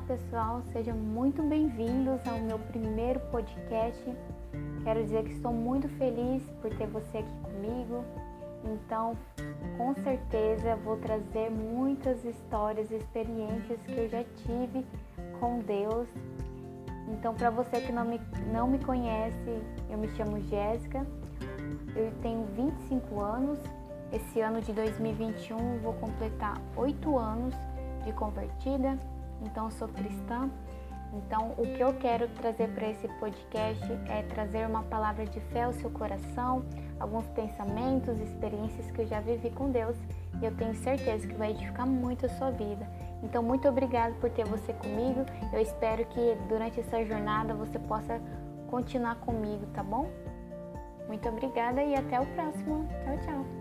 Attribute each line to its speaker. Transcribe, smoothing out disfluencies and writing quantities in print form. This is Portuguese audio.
Speaker 1: pessoal, sejam muito bem-vindos ao meu primeiro podcast. Quero dizer que estou muito feliz por ter você aqui comigo. Então, com certeza vou trazer muitas histórias e experiências que eu já tive com Deus. Então, para você que não me conhece, eu me chamo Jéssica, eu tenho 25 anos. Esse ano de 2021 vou completar 8 anos de convertida, então eu sou cristã. Então, o que eu quero trazer para esse podcast é trazer uma palavra de fé ao seu coração, alguns pensamentos, experiências que eu já vivi com Deus, e eu tenho certeza que vai edificar muito a sua vida. Então, muito obrigada por ter você comigo. Eu espero que durante essa jornada você possa continuar comigo, tá bom? Muito obrigada e até o próximo. Tchau, tchau.